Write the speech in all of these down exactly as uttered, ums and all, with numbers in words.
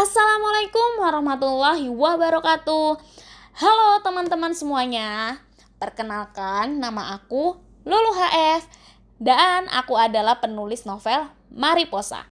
Assalamualaikum warahmatullahi wabarakatuh. Halo teman-teman semuanya. Perkenalkan, nama aku Lulu H F dan aku adalah penulis novel Mariposa.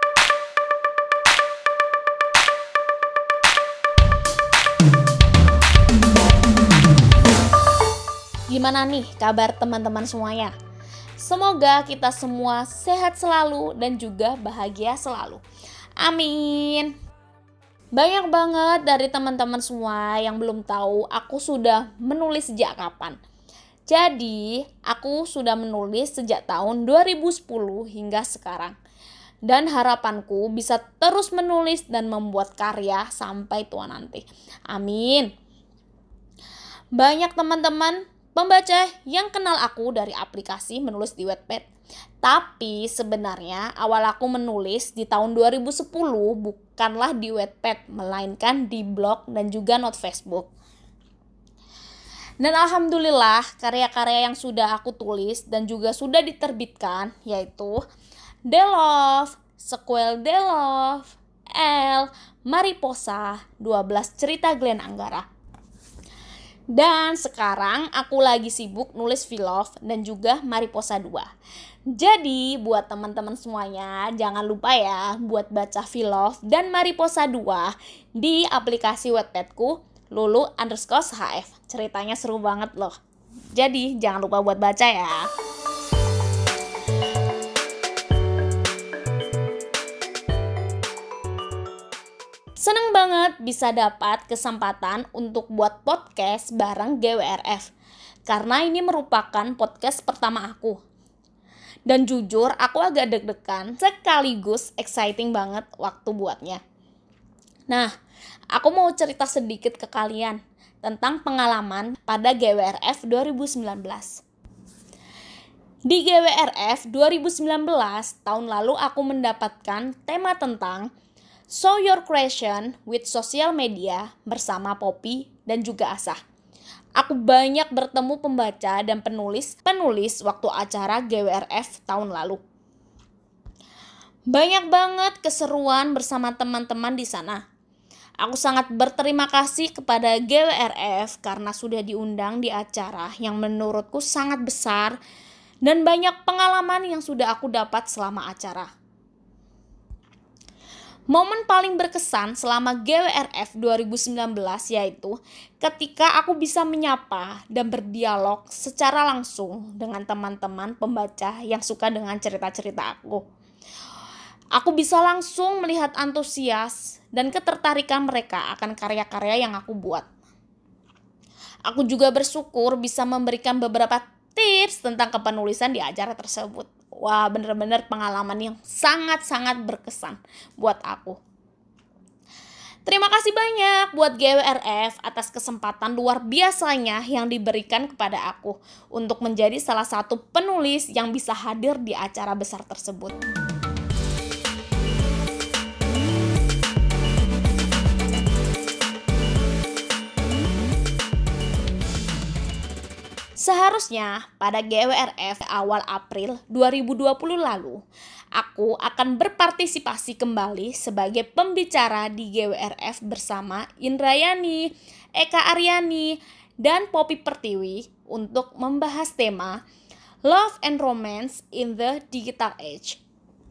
Gimana nih kabar teman-teman semuanya? Semoga kita semua sehat selalu dan juga bahagia selalu. Amin. Banyak banget dari teman-teman semua yang belum tahu aku sudah menulis sejak kapan. Jadi, aku sudah menulis sejak tahun dua ribu sepuluh hingga sekarang. Dan harapanku bisa terus menulis dan membuat karya sampai tua nanti. Amin. Banyak teman-teman pembaca yang kenal aku dari aplikasi menulis di Wattpad. Tapi sebenarnya awal aku menulis di tahun dua ribu sepuluh bukanlah di Wattpad, melainkan di blog dan juga not Facebook. Dan alhamdulillah karya-karya yang sudah aku tulis dan juga sudah diterbitkan yaitu Delove, Sequel Delove, L, Mariposa, dua belas cerita Glenn Anggara. Dan sekarang aku lagi sibuk nulis Vilove dan juga Mariposa dua. Jadi buat teman-teman semuanya jangan lupa ya buat baca Vilove dan Mariposa dua di aplikasi Wattpadku Lulu underscore H F. Ceritanya seru banget loh. Jadi jangan lupa buat baca ya. Seneng banget bisa dapat kesempatan untuk buat podcast bareng G W R F. Karena ini merupakan podcast pertama aku. Dan jujur aku agak deg-degan sekaligus exciting banget waktu buatnya. Nah, aku mau cerita sedikit ke kalian tentang pengalaman pada G W R F dua ribu sembilan belas. Di G W R F dua ribu sembilan belas, tahun lalu aku mendapatkan tema tentang Show Your Creation with Social Media bersama Poppy dan juga Asah. Aku banyak bertemu pembaca dan penulis-penulis waktu acara G W R F tahun lalu. Banyak banget keseruan bersama teman-teman di sana. Aku sangat berterima kasih kepada G W R F karena sudah diundang di acara yang menurutku sangat besar dan banyak pengalaman yang sudah aku dapat selama acara. Momen paling berkesan selama G W R F dua ribu sembilan belas yaitu ketika aku bisa menyapa dan berdialog secara langsung dengan teman-teman pembaca yang suka dengan cerita-cerita aku. Aku bisa langsung melihat antusias dan ketertarikan mereka akan karya-karya yang aku buat. Aku juga bersyukur bisa memberikan beberapa tips tentang kepenulisan di acara tersebut. Wah, bener-bener pengalaman yang sangat-sangat berkesan buat aku. Terima kasih banyak buat G W R F atas kesempatan luar biasanya yang diberikan kepada aku untuk menjadi salah satu penulis yang bisa hadir di acara besar tersebut. Seharusnya pada G W R F awal April dua ribu dua puluh lalu, aku akan berpartisipasi kembali sebagai pembicara di G W R F bersama Indrayani, Eka Aryani, dan Poppy Pertiwi untuk membahas tema Love and Romance in the Digital Age.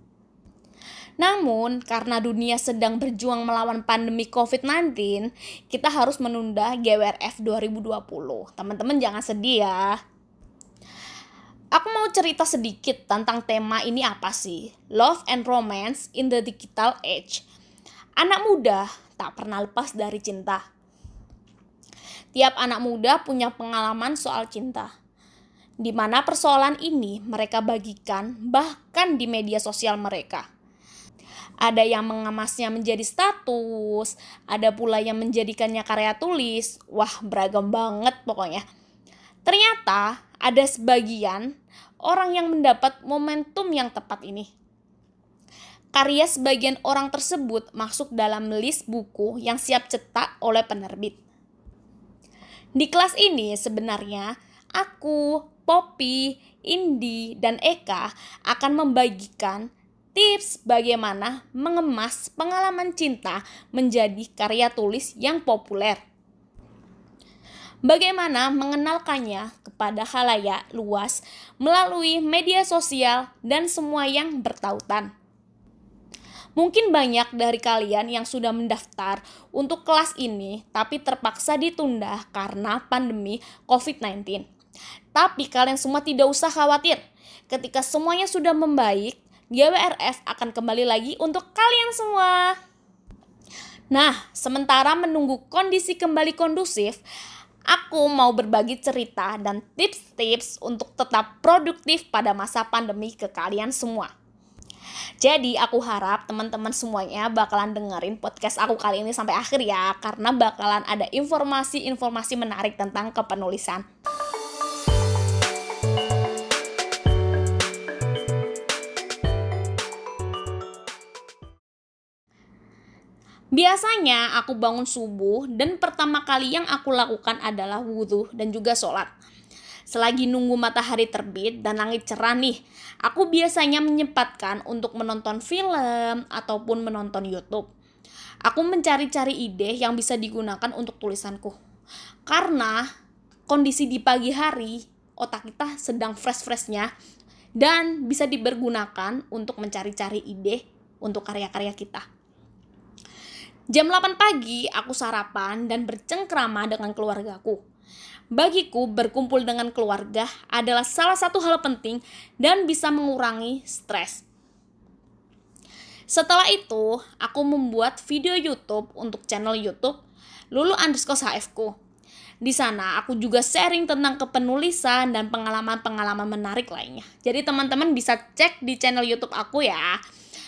Namun, karena dunia sedang berjuang melawan pandemi covid sembilan belas, kita harus menunda G W R F dua ribu dua puluh. Teman-teman jangan sedih ya. Aku mau cerita sedikit tentang tema ini apa sih? Love and Romance in the Digital Age. Anak muda tak pernah lepas dari cinta. Tiap anak muda punya pengalaman soal cinta. Di mana persoalan ini mereka bagikan bahkan di media sosial mereka. Ada yang mengemasnya menjadi status, ada pula yang menjadikannya karya tulis. Wah, beragam banget pokoknya. Ternyata ada sebagian orang yang mendapat momentum yang tepat ini. Karya sebagian orang tersebut masuk dalam list buku yang siap cetak oleh penerbit. Di kelas ini sebenarnya aku, Poppy, Indi, dan Eka akan membagikan tips bagaimana mengemas pengalaman cinta menjadi karya tulis yang populer. Bagaimana mengenalkannya kepada khalayak luas melalui media sosial dan semua yang bertautan. Mungkin banyak dari kalian yang sudah mendaftar untuk kelas ini tapi terpaksa ditunda karena pandemi covid sembilan belas. Tapi kalian semua tidak usah khawatir. Ketika semuanya sudah membaik, G W R F akan kembali lagi untuk kalian semua. Nah, sementara menunggu kondisi kembali kondusif, aku mau berbagi cerita dan tips-tips untuk tetap produktif pada masa pandemi ke kalian semua. Jadi aku harap teman-teman semuanya bakalan dengerin podcast aku kali ini sampai akhir ya, karena bakalan ada informasi-informasi menarik tentang kepenulisan. Biasanya aku bangun subuh dan pertama kali yang aku lakukan adalah wudhu dan juga sholat. Selagi nunggu matahari terbit dan langit cerah nih, aku biasanya menyempatkan untuk menonton film ataupun menonton YouTube. Aku mencari-cari ide yang bisa digunakan untuk tulisanku. Karena kondisi di pagi hari, otak kita sedang fresh-freshnya dan bisa dipergunakan untuk mencari-cari ide untuk karya-karya kita. Jam delapan pagi, aku sarapan dan bercengkrama dengan keluargaku. Bagiku, berkumpul dengan keluarga adalah salah satu hal penting dan bisa mengurangi stres. Setelah itu, aku membuat video YouTube untuk channel YouTube Lulu underscore H F ku. Di sana, aku juga sharing tentang kepenulisan dan pengalaman-pengalaman menarik lainnya. Jadi teman-teman bisa cek di channel YouTube aku ya.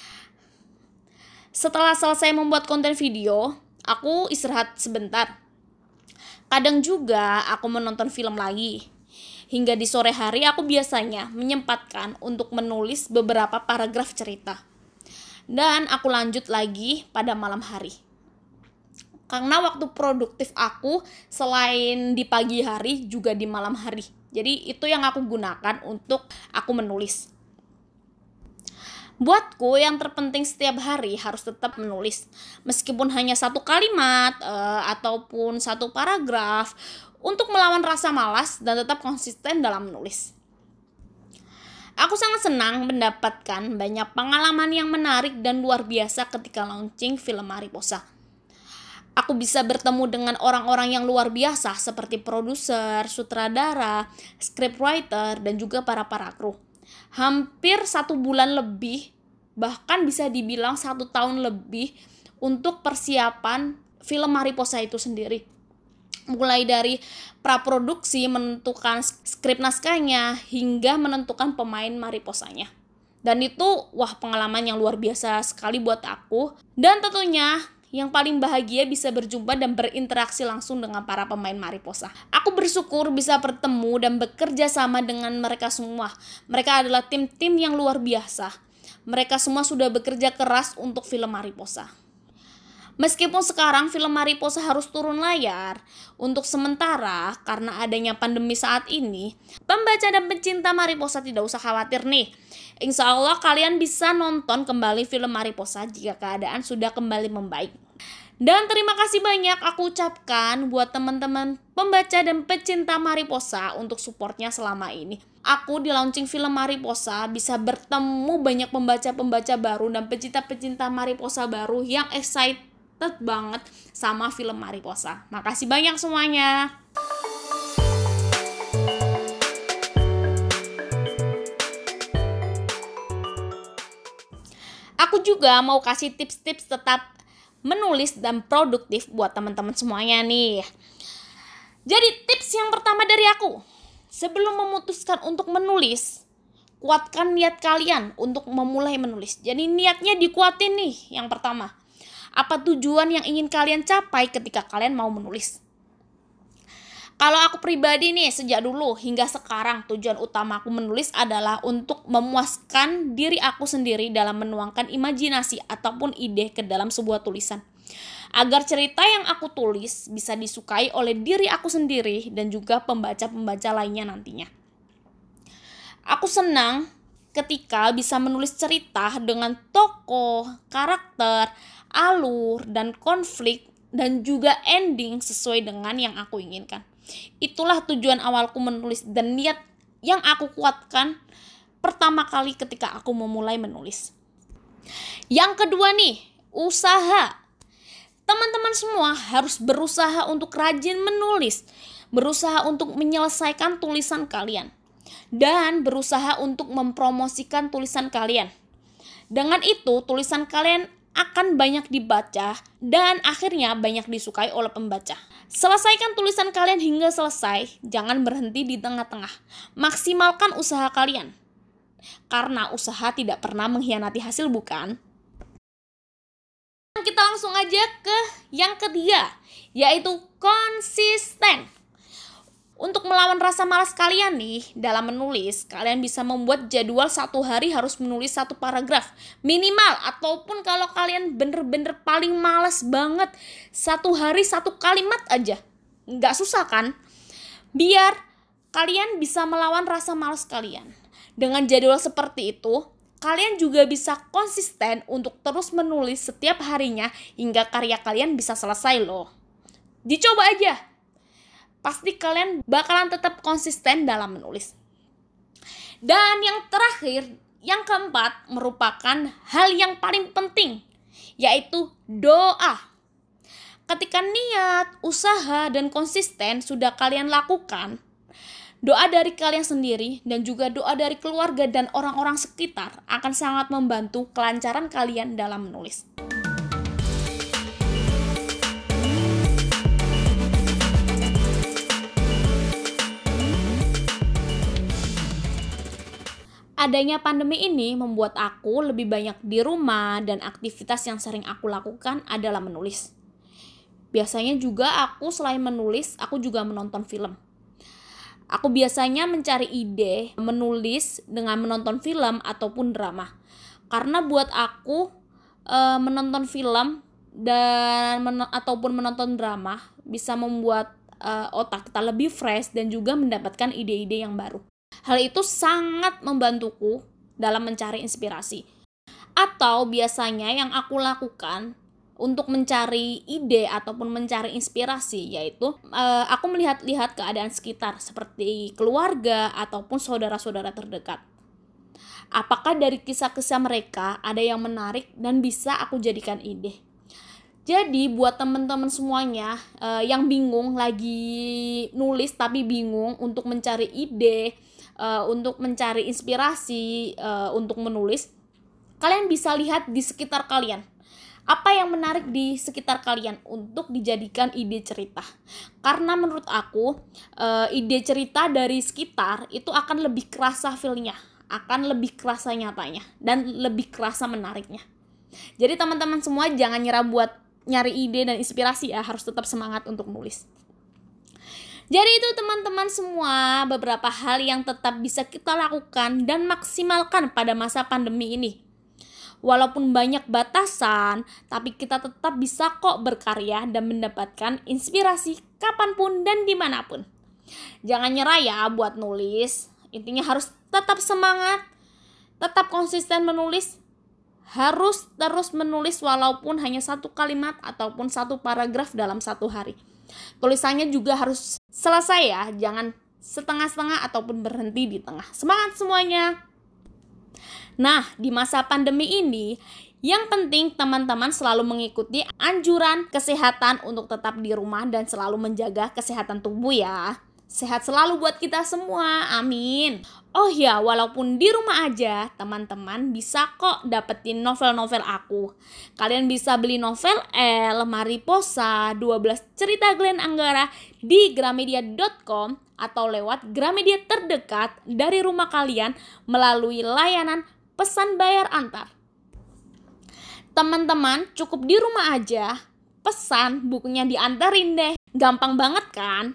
Setelah selesai membuat konten video, aku istirahat sebentar. Kadang juga aku menonton film lagi. Hingga di sore hari aku biasanya menyempatkan untuk menulis beberapa paragraf cerita. Dan aku lanjut lagi pada malam hari. Karena waktu produktif aku selain di pagi hari juga di malam hari. Jadi itu yang aku gunakan untuk aku menulis. Buatku yang terpenting setiap hari harus tetap menulis. Meskipun hanya satu kalimat uh, ataupun satu paragraf untuk melawan rasa malas dan tetap konsisten dalam menulis. Aku sangat senang mendapatkan banyak pengalaman yang menarik dan luar biasa ketika launching film Mariposa. Aku bisa bertemu dengan orang-orang yang luar biasa seperti produser, sutradara, scriptwriter, dan juga para-para kru. Hampir satu bulan lebih, bahkan bisa dibilang satu tahun lebih untuk persiapan film Mariposa itu sendiri. Mulai dari praproduksi, menentukan skrip naskahnya, hingga menentukan pemain Mariposanya. Dan itu wah pengalaman yang luar biasa sekali buat aku. Dan tentunya yang paling bahagia bisa berjumpa dan berinteraksi langsung dengan para pemain Mariposa. Aku bersyukur bisa bertemu dan bekerja sama dengan mereka semua. Mereka adalah tim-tim yang luar biasa. Mereka semua sudah bekerja keras untuk film Mariposa. Meskipun sekarang film Mariposa harus turun layar, untuk sementara karena adanya pandemi saat ini, pembaca dan pencinta Mariposa tidak usah khawatir nih. Insya Allah kalian bisa nonton kembali film Mariposa jika keadaan sudah kembali membaik. Dan terima kasih banyak aku ucapkan buat teman-teman pembaca dan pecinta Mariposa untuk supportnya selama ini. Aku di launching film Mariposa bisa bertemu banyak pembaca-pembaca baru dan pecinta-pecinta Mariposa baru yang excited banget sama film Mariposa. Makasih banyak semuanya. Aku juga mau kasih tips-tips tetap menulis dan produktif buat teman-teman semuanya nih. Jadi tips yang pertama dari aku, sebelum memutuskan untuk menulis, kuatkan niat kalian untuk memulai menulis. Jadi niatnya dikuatin nih yang pertama. Apa tujuan yang ingin kalian capai ketika kalian mau menulis? Kalau aku pribadi nih, sejak dulu hingga sekarang tujuan utama aku menulis adalah untuk memuaskan diri aku sendiri dalam menuangkan imajinasi ataupun ide ke dalam sebuah tulisan. Agar cerita yang aku tulis bisa disukai oleh diri aku sendiri dan juga pembaca-pembaca lainnya nantinya. Aku senang ketika bisa menulis cerita dengan tokoh, karakter, alur, dan konflik, dan juga ending sesuai dengan yang aku inginkan. Itulah tujuan awalku menulis dan niat yang aku kuatkan pertama kali ketika aku memulai menulis. Yang kedua nih, usaha. Teman-teman semua harus berusaha untuk rajin menulis, berusaha untuk menyelesaikan tulisan kalian, dan berusaha untuk mempromosikan tulisan kalian. Dengan itu, tulisan kalian akan banyak dibaca dan akhirnya banyak disukai oleh pembaca. Selesaikan tulisan kalian hingga selesai, jangan berhenti di tengah-tengah. Maksimalkan usaha kalian. Karena usaha tidak pernah mengkhianati hasil, bukan? Kita langsung aja ke yang ketiga, yaitu konsisten. Untuk melawan rasa malas kalian nih dalam menulis, kalian bisa membuat jadwal satu hari harus menulis satu paragraf minimal, ataupun kalau kalian bener-bener paling malas banget, satu hari satu kalimat aja. Nggak susah kan? Biar kalian bisa melawan rasa malas kalian. Dengan jadwal seperti itu, kalian juga bisa konsisten untuk terus menulis setiap harinya hingga karya kalian bisa selesai loh. Dicoba aja. Pasti kalian bakalan tetap konsisten dalam menulis. Dan yang terakhir, yang keempat, merupakan hal yang paling penting, yaitu doa. Ketika niat, usaha, dan konsisten sudah kalian lakukan, doa dari kalian sendiri dan juga doa dari keluarga dan orang-orang sekitar akan sangat membantu kelancaran kalian dalam menulis. Adanya pandemi ini membuat aku lebih banyak di rumah dan aktivitas yang sering aku lakukan adalah menulis. Biasanya juga aku selain menulis, aku juga menonton film. Aku biasanya mencari ide menulis dengan menonton film ataupun drama. Karena buat aku e, menonton film dan men- ataupun menonton drama bisa membuat e, otak kita lebih fresh dan juga mendapatkan ide-ide yang baru. Hal itu sangat membantuku dalam mencari inspirasi. Atau biasanya yang aku lakukan untuk mencari ide ataupun mencari inspirasi yaitu uh, aku melihat-lihat keadaan sekitar seperti keluarga ataupun saudara-saudara terdekat. Apakah dari kisah-kisah mereka ada yang menarik dan bisa aku jadikan ide. Jadi buat teman-teman semuanya uh, yang bingung lagi nulis tapi bingung untuk mencari ide, uh, untuk mencari inspirasi uh, untuk menulis, kalian bisa lihat di sekitar kalian. Apa yang menarik di sekitar kalian untuk dijadikan ide cerita. Karena menurut aku uh, ide cerita dari sekitar itu akan lebih kerasa feel-nya, akan lebih kerasa nyatanya dan lebih kerasa menariknya. Jadi teman-teman semua jangan nyerah buat nyari ide dan inspirasi ya, harus tetap semangat untuk nulis. Jadi itu teman-teman semua beberapa hal yang tetap bisa kita lakukan dan maksimalkan pada masa pandemi ini. Walaupun banyak batasan, tapi kita tetap bisa kok berkarya dan mendapatkan inspirasi kapanpun dan dimanapun. Jangan nyerah ya buat nulis, intinya harus tetap semangat, tetap konsisten menulis. Harus terus menulis walaupun hanya satu kalimat ataupun satu paragraf dalam satu hari. Tulisannya juga harus selesai ya, jangan setengah-setengah ataupun berhenti di tengah. Semangat semuanya! Nah, di masa pandemi ini, yang penting teman-teman selalu mengikuti anjuran kesehatan untuk tetap di rumah dan selalu menjaga kesehatan tubuh ya. Sehat selalu buat kita semua, amin. Oh ya, walaupun di rumah aja, teman-teman bisa kok dapetin novel-novel aku. Kalian bisa beli novel L, Mariposa, dua belas cerita Glenn Anggara di gramedia dot com atau lewat Gramedia terdekat dari rumah kalian melalui layanan pesan bayar antar. Teman-teman cukup di rumah aja, pesan bukunya diantarin deh. Gampang banget kan?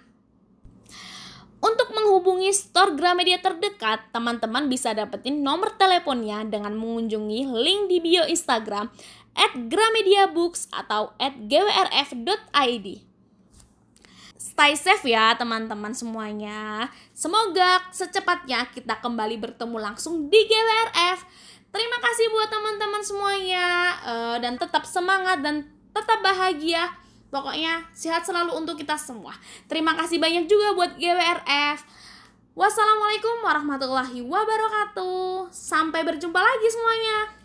Untuk menghubungi store Gramedia terdekat, teman-teman bisa dapetin nomor teleponnya dengan mengunjungi link di bio Instagram at gramedia books atau at g w r f dot i d. Stay safe ya teman-teman semuanya. Semoga secepatnya kita kembali bertemu langsung di G W R F. Terima kasih buat teman-teman semuanya, uh, dan tetap semangat dan tetap bahagia. Pokoknya sehat selalu untuk kita semua. Terima kasih banyak juga buat G W R F. Wassalamualaikum warahmatullahi wabarakatuh. Sampai berjumpa lagi semuanya.